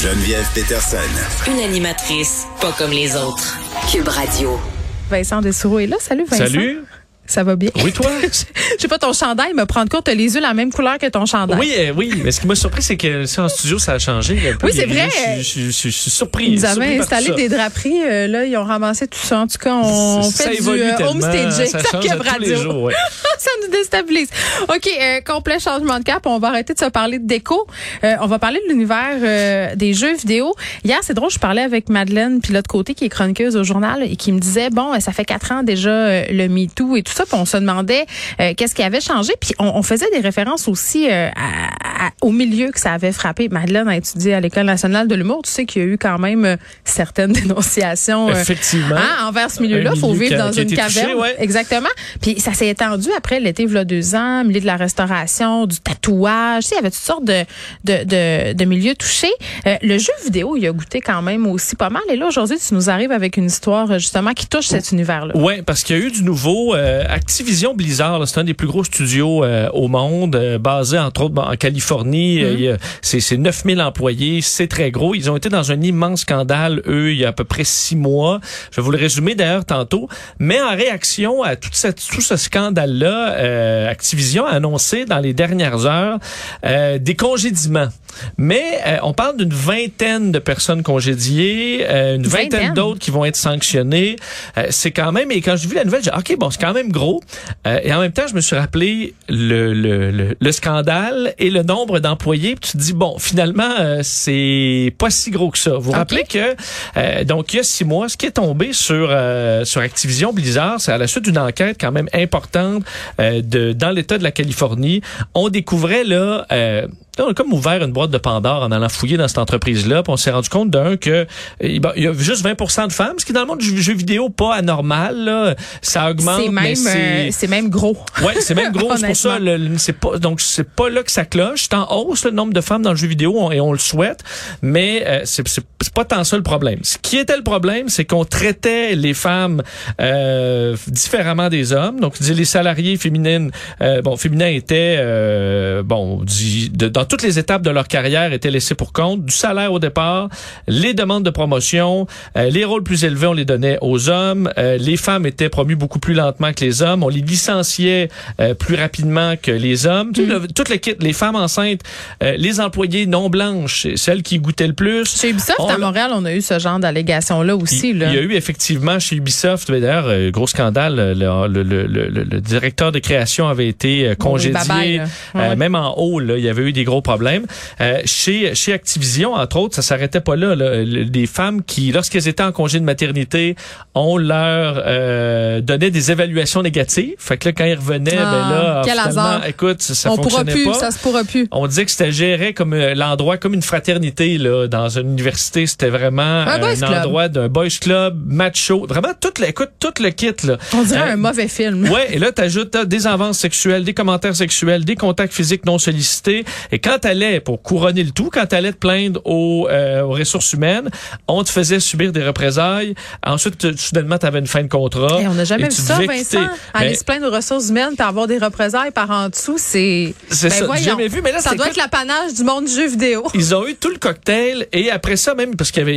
Geneviève Peterson. Une animatrice pas comme les autres. Cube Radio. Vincent Dessureau est là. Salut Vincent. Salut. Ça va bien? Oui, toi? Je sais pas, ton chandail me prend de compte. T'as les yeux la même couleur que ton chandail. Oui. Mais ce qui m'a surpris, c'est que ça, en studio, ça a changé. Oui, c'est vrai. Je suis surpris. Ils avaient installé des draperies. Là, ils ont ramassé tout ça. En tout cas, on fait du homestaging. Ça change tous les jours, ouais. Ça nous déstabilise. OK, complet changement de cap. On va arrêter de se parler de déco. On va parler de l'univers des jeux vidéo. Hier, c'est drôle, je parlais avec Madeleine Pilote Côté, qui est chroniqueuse au journal, et qui me disait, bon, ça fait 4 ans déjà le MeToo et tout ça, puis on se demandait qu'est-ce qui avait changé. Puis on faisait des références aussi au milieu que ça avait frappé. Madeleine a étudié à l'École nationale de l'humour. Tu sais qu'il y a eu quand même certaines dénonciations effectivement envers ce milieu-là. Il faut vivre dans une caverne. Touché, ouais. Exactement. Puis ça s'est étendu après l'été, il y a 2 ans, milieu de la restauration, du tatouage. Tu sais, il y avait toutes sortes de milieux touchés. Le jeu vidéo, il a goûté quand même aussi pas mal. Et là, aujourd'hui, tu nous arrives avec une histoire justement qui touche cet univers-là. Oui, parce qu'il y a eu du nouveau. Activision Blizzard, là, c'est un des plus gros studios au monde, basé entre autres en Californie. C'est 9000 employés, c'est très gros. Ils ont été dans un immense scandale, eux, il y a à peu près 6 mois. Je vais vous le résumer d'ailleurs tantôt. Mais en réaction à tout ce scandale-là, Activision a annoncé dans les dernières heures des congédiements. Mais on parle d'une vingtaine de personnes congédiées, une vingtaine d'autres qui vont être sanctionnées. C'est quand même, et quand j'ai vu la nouvelle, j'ai dit, OK, bon, c'est quand même gros. Et en même temps, je me suis rappelé le scandale et le nombre d'employés. Puis tu te dis, bon, finalement, c'est pas si gros que ça. Vous vous rappelez que, donc, il y a 6 mois, ce qui est tombé sur Activision Blizzard, c'est à la suite d'une enquête quand même importante dans l'État de la Californie. On découvrait là... on a comme ouvert une boîte de Pandore en allant fouiller dans cette entreprise-là, puis on s'est rendu compte que il y a juste 20% de femmes, ce qui dans le monde du jeu vidéo pas anormal, là. Ça augmente, c'est même gros. Ouais, c'est même gros, c'est pour ça c'est pas là que ça cloche, c'est en hausse le nombre de femmes dans le jeu vidéo et on le souhaite, mais c'est pas tant ça le problème. Ce qui était le problème, c'est qu'on traitait les femmes différemment des hommes. Donc les salariés féminins étaient dans toutes les étapes de leur carrière étaient laissés pour compte, du salaire au départ, les demandes de promotion, les rôles plus élevés, on les donnait aux hommes, les femmes étaient promues beaucoup plus lentement que les hommes, on les licenciait plus rapidement que les hommes. Tout le kit, les femmes enceintes, les employés non blanches, celles qui goûtaient le plus. Chez Ubisoft, à Montréal, on a eu ce genre d'allégations-là aussi. Il y a eu effectivement chez Ubisoft, d'ailleurs, gros scandale, le directeur de création avait été congédié, même en haut, là, il y avait eu des gros problèmes. Chez Activision, entre autres, ça s'arrêtait pas là. Des femmes qui, lorsqu'elles étaient en congé de maternité, on leur donnait des évaluations négatives. Fait que là, quand ils revenaient, quel hasard. Écoute, ça fonctionnait pas. Ça se pourra plus. On disait que c'était géré comme l'endroit, comme une fraternité là, dans une université. C'était vraiment un endroit d'un boys club, macho. Vraiment, tout le kit là. On dirait un mauvais film. Ouais, et là, t'ajoutes des avances sexuelles, des commentaires sexuels, des contacts physiques non sollicités. Et quand t'allais, pour couronner le tout, quand t'allais te plaindre aux ressources humaines, on te faisait subir des représailles. Ensuite, soudainement, t'avais une fin de contrat. Et on n'a jamais vu ça, Vincent. Quitter. Aller se plaindre aux ressources humaines et avoir des représailles par en dessous, c'est ça. J'ai jamais vu, mais là, ça doit être l'apanage du monde du jeu vidéo. Ils ont eu tout le cocktail et après ça, même, parce qu'il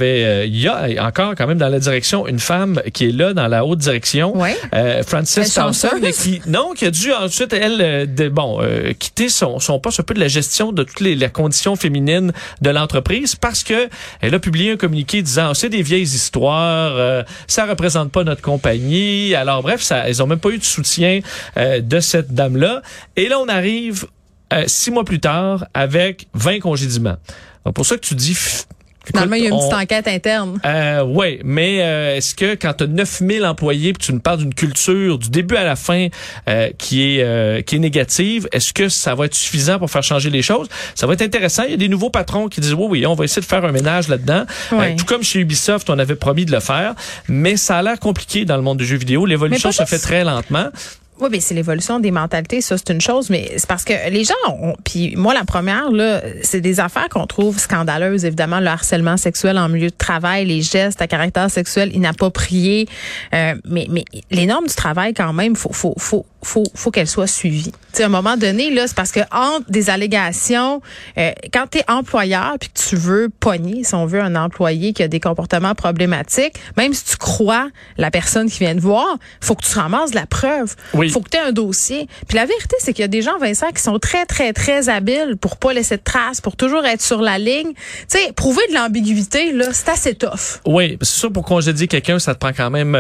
y a encore quand même dans la direction une femme qui est là dans la haute direction, Frances Thompson, qui a dû ensuite, elle, quitter son poste un peu de la gestion de toutes les conditions féminines de l'entreprise parce que elle a publié un communiqué disant c'est des vieilles histoires, ça représente pas notre compagnie. Alors bref, ils ont même pas eu de soutien de cette dame-là. Et là, on arrive 6 mois plus tard avec 20 congédiements. Donc pour ça que tu dis... Finalement, il y a une petite enquête interne. Oui, mais est-ce que quand tu as 9000 employés puis tu nous parles d'une culture du début à la fin qui est négative, est-ce que ça va être suffisant pour faire changer les choses? Ça va être intéressant. Il y a des nouveaux patrons qui disent oui, on va essayer de faire un ménage là-dedans. Tout comme chez Ubisoft, on avait promis de le faire, mais ça a l'air compliqué dans le monde du jeu vidéo. L'évolution se fait très lentement. Oui, mais c'est l'évolution des mentalités, ça c'est une chose, mais c'est parce que les gens puis moi la première là, c'est des affaires qu'on trouve scandaleuses, évidemment le harcèlement sexuel en milieu de travail, les gestes à caractère sexuel inappropriés, mais les normes du travail quand même, faut faut qu'elle soit suivie. Tu sais, à un moment donné, là, c'est parce que entre des allégations, quand tu es employeur puis que tu veux pogner, si on veut, un employé qui a des comportements problématiques, même si tu crois la personne qui vient te voir, faut que tu ramasses de la preuve. Oui. Faut que tu aies un dossier. Puis la vérité, c'est qu'il y a des gens, Vincent, qui sont très, très, très habiles pour pas laisser de traces, pour toujours être sur la ligne. Tu sais, prouver de l'ambiguïté, là, c'est assez tough. Oui, c'est sûr, pour congédier quelqu'un, ça te prend quand même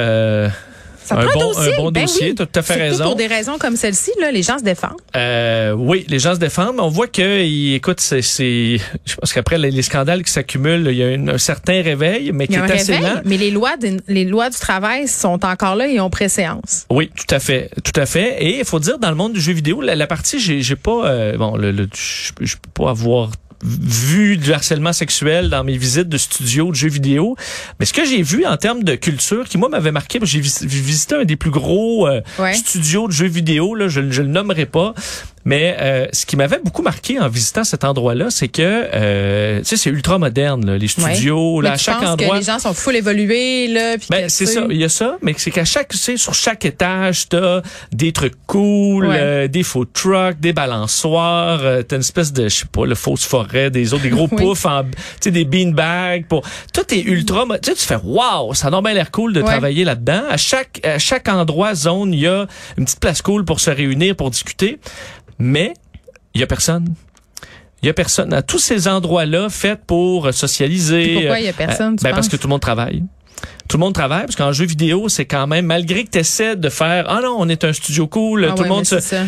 Ça prend un bon dossier. Oui. Tu as tout à fait raison. Pour des raisons comme celle-ci, là, les gens se défendent. Oui, les gens se défendent, mais on voit que, écoute, je pense qu'après les scandales qui s'accumulent, il y a un certain réveil, mais qui est assez lent. Mais les lois du travail sont encore là et ont préséance. Oui, tout à fait. Et il faut dire, dans le monde du jeu vidéo, la partie, j'ai pas, je peux pas avoir vu du harcèlement sexuel dans mes visites de studios de jeux vidéo. Mais ce que j'ai vu en termes de culture, qui moi m'avait marqué, j'ai visité un des plus gros studios de jeux vidéo, là, je le nommerai pas. Mais ce qui m'avait beaucoup marqué en visitant cet endroit-là, c'est que tu sais, c'est ultra moderne, là, les studios, là, à chaque endroit. Que les gens sont full évolués, là. Puis c'est ça, il y a ça, mais c'est qu'à sur chaque étage, t'as des trucs cool, des food trucks, des balançoires, t'as une espèce de, je sais pas, le fausse forêt, des gros poufs, tu sais, des beanbags. Tout est ultra, tu sais, tu fais wow, ça a normalement l'air cool de travailler là-dedans. À chaque endroit, zone, il y a une petite place cool pour se réunir, pour discuter. Mais il y a personne. Il y a personne à tous ces endroits-là faits pour socialiser. Et pourquoi il y a personne? Parce que tout le monde travaille. Tout le monde travaille, parce qu'en jeu vidéo, c'est quand même, malgré que tu essaies de faire, non, on est un studio cool, tout le monde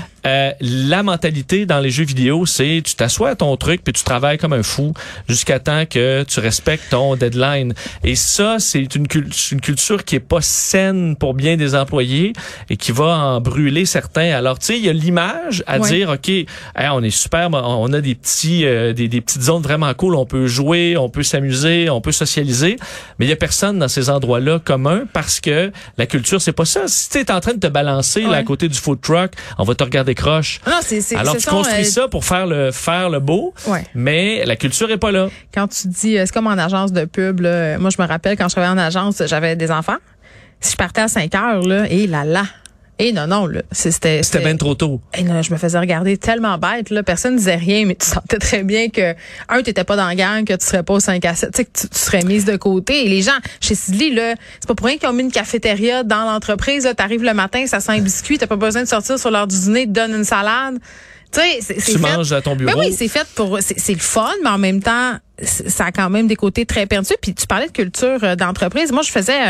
la mentalité dans les jeux vidéo, c'est tu t'assois à ton truc puis tu travailles comme un fou jusqu'à temps que tu respectes ton deadline. Et ça, c'est une culture qui est pas saine pour bien des employés et qui va en brûler certains. Alors, tu sais, il y a l'image à dire, OK, on est super, on a des petites zones vraiment cool, on peut jouer, on peut s'amuser, on peut socialiser, mais il y a personne dans ces endroits-là communs parce que la culture, c'est pas ça. Si tu es en train de te balancer là, à côté du food truck, on va te regarder croche. Non, alors, tu construis ça pour faire le beau, mais la culture est pas là. Quand tu dis, c'est comme en agence de pub, là, moi, je me rappelle quand je travaillais en agence, j'avais des enfants. Si je partais à 5 heures, là, et là. Et non, là, c'était bien trop tôt. Et là, je me faisais regarder tellement bête, là. Personne disait rien, mais tu sentais très bien que, t'étais pas dans la gang, que tu serais pas au 5 à 7, tu sais, que tu serais mise de côté. Et les gens, chez Sidley, là, c'est pas pour rien qu'ils ont mis une cafétéria dans l'entreprise, là. T'arrives le matin, ça sent un biscuit, t'as pas besoin de sortir sur l'heure du dîner, te donne une salade. Tu sais, tu manges à ton bureau. Ben oui, c'est fait c'est le fun, mais en même temps, ça a quand même des côtés très pernicieux. Puis tu parlais de culture d'entreprise. Moi, je faisais,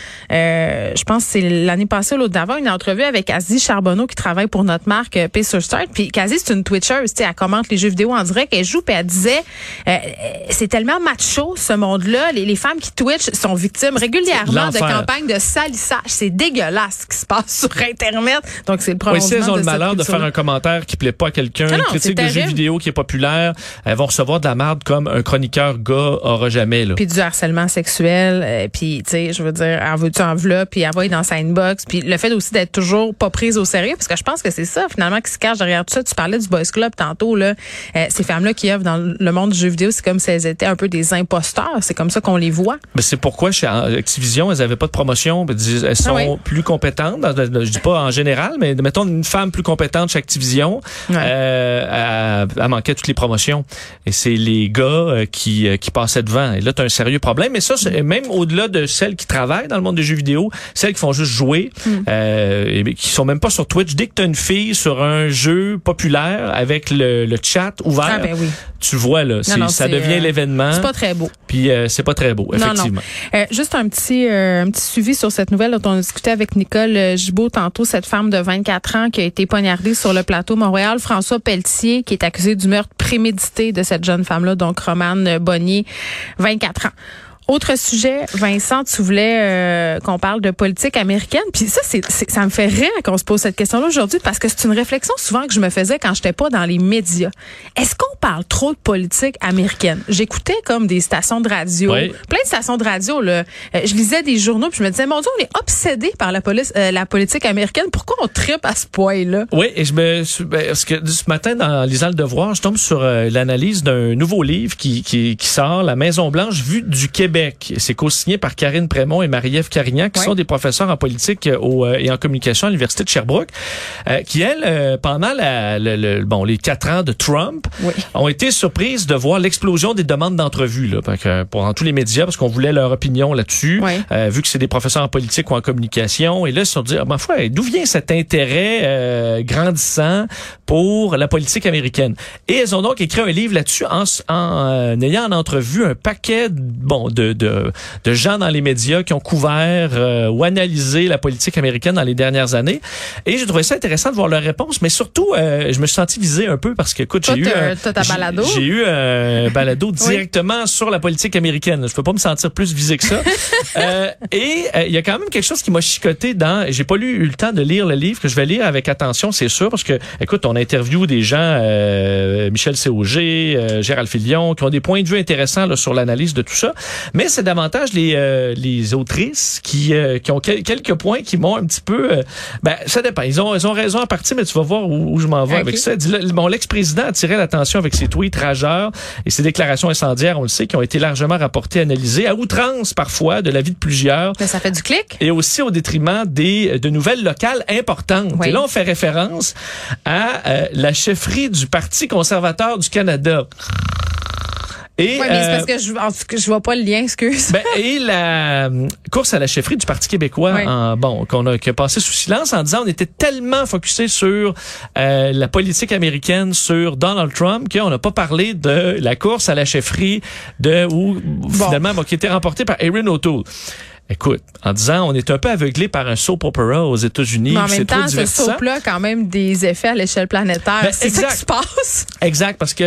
je pense que c'est l'année passée ou l'autre d'avant, une entrevue avec Aziz Charbonneau qui travaille pour notre marque Pay Sur Start. Puis Aziz, c'est une Twitcheuse, tu sais, elle commente les jeux vidéo en direct, elle joue, puis elle disait, c'est tellement macho ce monde-là. Les femmes qui Twitch sont victimes régulièrement de campagnes de salissage. C'est dégueulasse ce qui se passe sur Internet. Donc c'est le prolongement de cette culture. Si elles ont le malheur de faire un commentaire qui plaît pas à quelqu'un, une critique de jeu vidéo qui est populaire, elles vont recevoir de la merde comme un chroniqueur gars aura jamais, là. Puis du harcèlement sexuel, puis tu sais, je veux dire, en veux-tu en v'là, puis envoyer dans sa inbox, puis le fait aussi d'être toujours pas prise au sérieux, parce que je pense que c'est ça finalement qui se cache derrière tout ça. Tu parlais du Boys Club tantôt, là, ces femmes-là qui œuvrent dans le monde du jeu vidéo, c'est comme si elles étaient un peu des imposteurs, c'est comme ça qu'on les voit. Mais c'est pourquoi chez Activision, elles avaient pas de promotion, elles sont plus compétentes, je dis pas en général, mais mettons une femme plus compétente chez Activision, elle manquait toutes les promotions, et c'est les gars qui passaient devant. Et là, tu as un sérieux problème. Mais ça, c'est même au-delà de celles qui travaillent dans le monde des jeux vidéo, celles qui font juste jouer, et qui sont même pas sur Twitch. Dès que tu as une fille sur un jeu populaire avec le chat ouvert, tu vois, là, ça devient l'événement. C'est pas très beau. Puis c'est pas très beau, effectivement. Non. Juste un petit suivi sur cette nouvelle dont on a discuté avec Nicole Gibault tantôt, cette femme de 24 ans qui a été poignardée sur le plateau Montréal. François Pelletier, qui est accusé du meurtre prémédité de cette jeune femme-là, donc Romane Bonnier, 24 ans. Autre sujet, Vincent, tu voulais qu'on parle de politique américaine. Puis ça me fait rire qu'on se pose cette question-là aujourd'hui parce que c'est une réflexion souvent que je me faisais quand j'étais pas dans les médias. Est-ce qu'on parle trop de politique américaine? J'écoutais comme des stations de radio, plein de stations de radio. Là. Je lisais des journaux puis je me disais, mon Dieu, on est obsédé par la politique américaine. Pourquoi on trippe à ce point-là? Oui, et parce que ce matin, en lisant Le Devoir, je tombe sur l'analyse d'un nouveau livre qui sort, La Maison-Blanche vue du Québec. Québec. C'est co-signé par Karine Prémont et Marie-Ève Carignan, qui sont des professeurs en politique et en communication à l'Université de Sherbrooke, qui, elles, pendant les 4 ans de Trump, ont été surprises de voir l'explosion des demandes d'entrevues dans tous les médias, parce qu'on voulait leur opinion là-dessus, vu que c'est des professeurs en politique ou en communication. Et là, ils se sont dit, ma foi, d'où vient cet intérêt grandissant pour la politique américaine? Et elles ont donc écrit un livre là-dessus en ayant en entrevue un paquet de gens dans les médias qui ont couvert ou analysé la politique américaine dans les dernières années. Et j'ai trouvé ça intéressant de voir leurs réponses, mais surtout, je me suis senti visé un peu parce que, écoute, j'ai eu un balado directement sur la politique américaine. Je peux pas me sentir plus visé que ça. Et il y a quand même quelque chose qui m'a chicoté j'ai pas eu le temps de lire le livre, que je vais lire avec attention, c'est sûr, parce que, écoute, on interviewe des gens, Michel Cauger, Gérald Filion, qui ont des points de vue intéressants là, sur l'analyse de tout ça. Mais c'est davantage les autrices qui ont quelques points qui m'ont un petit peu... ça dépend. Ils ont raison en partie, mais tu vas voir où je m'en vais avec ça. L'ex-président a attiré l'attention avec ses tweets rageurs et ses déclarations incendiaires, on le sait, qui ont été largement rapportées, analysées, à outrance parfois, de la vie de plusieurs. Mais ça fait du clic. Et aussi au détriment de nouvelles locales importantes. Oui. Et là, on fait référence à la chefferie du Parti conservateur du Canada. Oui, mais c'est parce que je vois pas le lien, excuse. Et la course à la chefferie du Parti québécois, qui a passé sous silence en disant on était tellement focusé sur la politique américaine, sur Donald Trump, qu'on n'a pas parlé de la course à la chefferie finalement qui a été remportée par Erin O'Toole. Écoute, en disant, on est un peu aveuglé par un soap opera aux États-Unis. Mais en même temps, ce soap-là a quand même des effets à l'échelle planétaire. C'est ça qui se passe. Exact, parce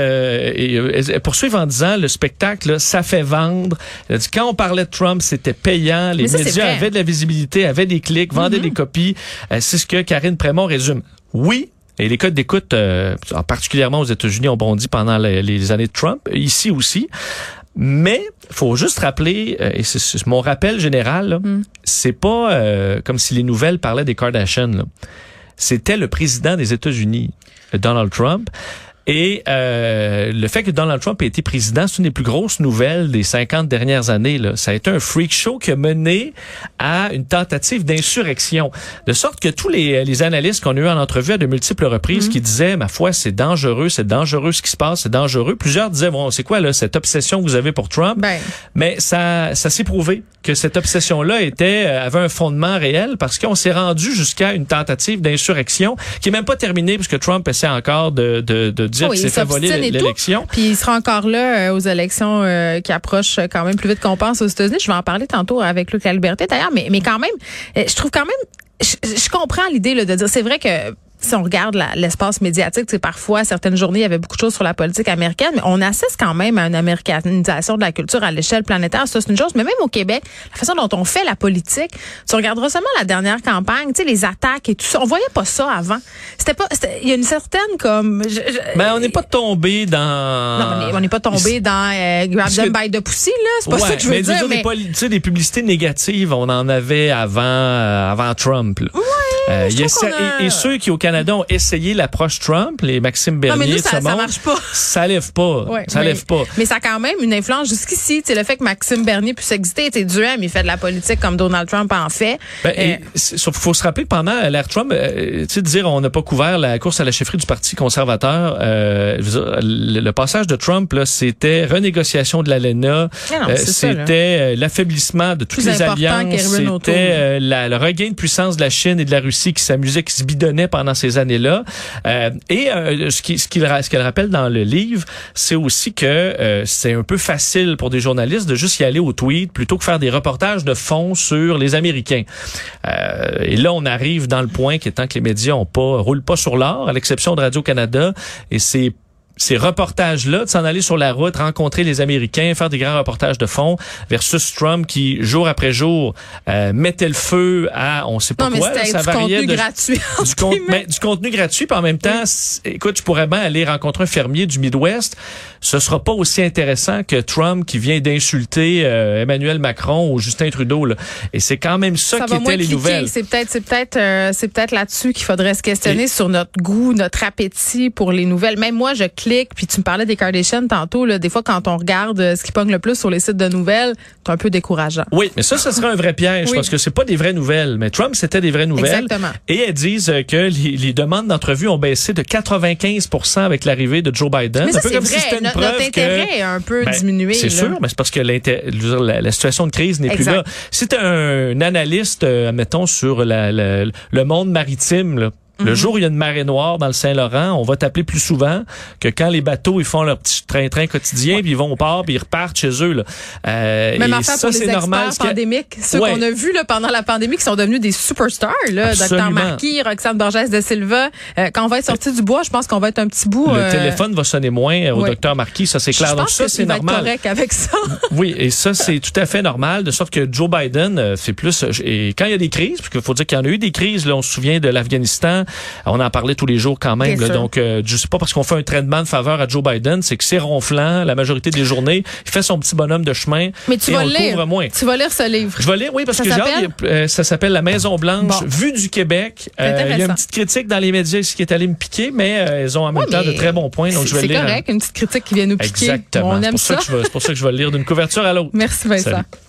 que poursuivre en disant, le spectacle, là, ça fait vendre. Quand on parlait de Trump, c'était payant. Les médias avaient de la visibilité, avaient des clics, vendaient des copies. C'est ce que Karine Prémont résume. Oui. Et les codes d'écoute, particulièrement aux États-Unis, ont bondi pendant les années de Trump. Ici aussi. Mais faut juste rappeler, et c'est mon rappel général, là, c'est pas comme si les nouvelles parlaient des Kardashians. Là. C'était le président des États-Unis, Donald Trump. Et le fait que Donald Trump ait été président, c'est une des plus grosses nouvelles des 50 dernières années. Là. Ça a été un freak show qui a mené à une tentative d'insurrection. De sorte que tous les analystes qu'on a eu en entrevue à de multiples reprises qui disaient, ma foi, c'est dangereux ce qui se passe, c'est dangereux. Plusieurs disaient, bon, c'est quoi là cette obsession que vous avez pour Trump? Mais ça s'est prouvé que cette obsession-là avait un fondement réel parce qu'on s'est rendu jusqu'à une tentative d'insurrection qui est même pas terminée puisque Trump essaie encore de dire qu'il s'est fait voler l'élection. Puis il sera encore là aux élections qui approchent quand même plus vite qu'on pense aux États-Unis. Je vais en parler tantôt avec Luc Laliberté d'ailleurs, mais quand même, je trouve quand même, je comprends l'idée là, de dire, c'est vrai que si on regarde l'espace médiatique, c'est parfois, certaines journées, il y avait beaucoup de choses sur la politique américaine, mais on assiste quand même à une américanisation de la culture à l'échelle planétaire. Ça, c'est une chose. Mais même au Québec, la façon dont on fait la politique, tu regarderas seulement la dernière campagne, tu sais, les attaques et tout ça. On voyait pas ça avant. Il y a une certaine comme... on n'est pas tombé dans... Non, on n'est pas tombé dans Grab them by the pussy, là. C'est pas ça que je veux dire. Mais tu sais, des publicités négatives, on en avait avant Trump, là. Et ceux qui au Canada ont essayé l'approche Trump, les Maxime Bernier, mais nous, ça marche pas. Ça lève pas. Lève pas. Mais ça a quand même une influence jusqu'ici. Le fait que Maxime Bernier puisse exister, Duhem, il fait de la politique comme Donald Trump en fait. Faut se rappeler que pendant l'ère Trump, dire on n'a pas couvert la course à la chefferie du Parti conservateur, le passage de Trump, là, c'était renégociation de l'ALENA, c'était l'affaiblissement de toutes les alliances, c'était le regain de puissance de la Chine et de la Russie qui s'amusait, qui se bidonnait pendant ces années-là. Ce qu'elle rappelle dans le livre, c'est aussi que c'est un peu facile pour des journalistes de juste y aller au tweet plutôt que faire des reportages de fond sur les Américains. Et là, on arrive dans le point qui est que les médias roulent pas sur l'or, à l'exception de Radio-Canada, et ces reportages-là, de s'en aller sur la route, rencontrer les Américains, faire des grands reportages de fond, versus Trump qui, jour après jour, mettait le feu à on sait pas quoi. Mais ça variait du contenu gratuit. Du contenu gratuit, puis en même temps, écoute, je pourrais bien aller rencontrer un fermier du Midwest. Ce sera pas aussi intéressant que Trump qui vient d'insulter Emmanuel Macron ou Justin Trudeau, là. Et c'est quand même ça qui étaient les nouvelles. C'est peut-être là-dessus qu'il faudrait se questionner sur notre goût, notre appétit pour les nouvelles. Même moi, je clique clics. Puis tu me parlais des Kardashians tantôt. Là, des fois, quand on regarde ce qui pogne le plus sur les sites de nouvelles, c'est un peu décourageant. Oui, mais ça serait un vrai piège parce que c'est pas des vraies nouvelles. Mais Trump, c'était des vraies nouvelles. Exactement. Et elles disent que les demandes d'entrevue ont baissé de 95% avec l'arrivée de Joe Biden. Mais ça, un peu c'est comme vrai. si c'était une Notre preuve intérêt a un peu diminué. C'est sûr, mais c'est parce que la situation de crise n'est plus là. Si t'es un analyste, admettons, sur le monde maritime, là, le jour où il y a une marée noire dans le Saint-Laurent, on va t'appeler plus souvent que quand les bateaux ils font leur petit train-train quotidien, puis ils vont au port, puis ils repartent chez eux. Là. Même affaire pour les experts pandémiques. Ceux qu'on a vus là, pendant la pandémie qui sont devenus des superstars. Dr Marquis, Roxane Borges de Silva. Quand on va être sorti du bois, je pense qu'on va être un petit bout... Le téléphone va sonner moins au Dr Marquis, ça c'est clair. Donc ça, c'est normal. Va être correct avec ça. Oui, et ça, c'est tout à fait normal, de sorte que Joe Biden fait plus... Et quand il y a des crises, parce qu'il faut dire qu'il y en a eu des crises, là, on se souvient de l'Afghanistan, on en parlait tous les jours quand même. Là, donc, je sais pas parce qu'on fait un traitement de faveur à Joe Biden, c'est que c'est ronflant la majorité des journées. Il fait son petit bonhomme de chemin. Mais tu vas le lire. Tu vas lire ce livre. Je vais lire, oui, parce que ça s'appelle La Maison Blanche, vue du Québec. Il y a une petite critique dans les médias ici qui est allée me piquer, mais elles ont en même temps de très bons points. Donc, je vais le lire. C'est correct, une petite critique qui vient nous piquer. Exactement. On aime ça. C'est pour ça que je vais le lire d'une couverture à l'autre. Merci Vincent. Salut.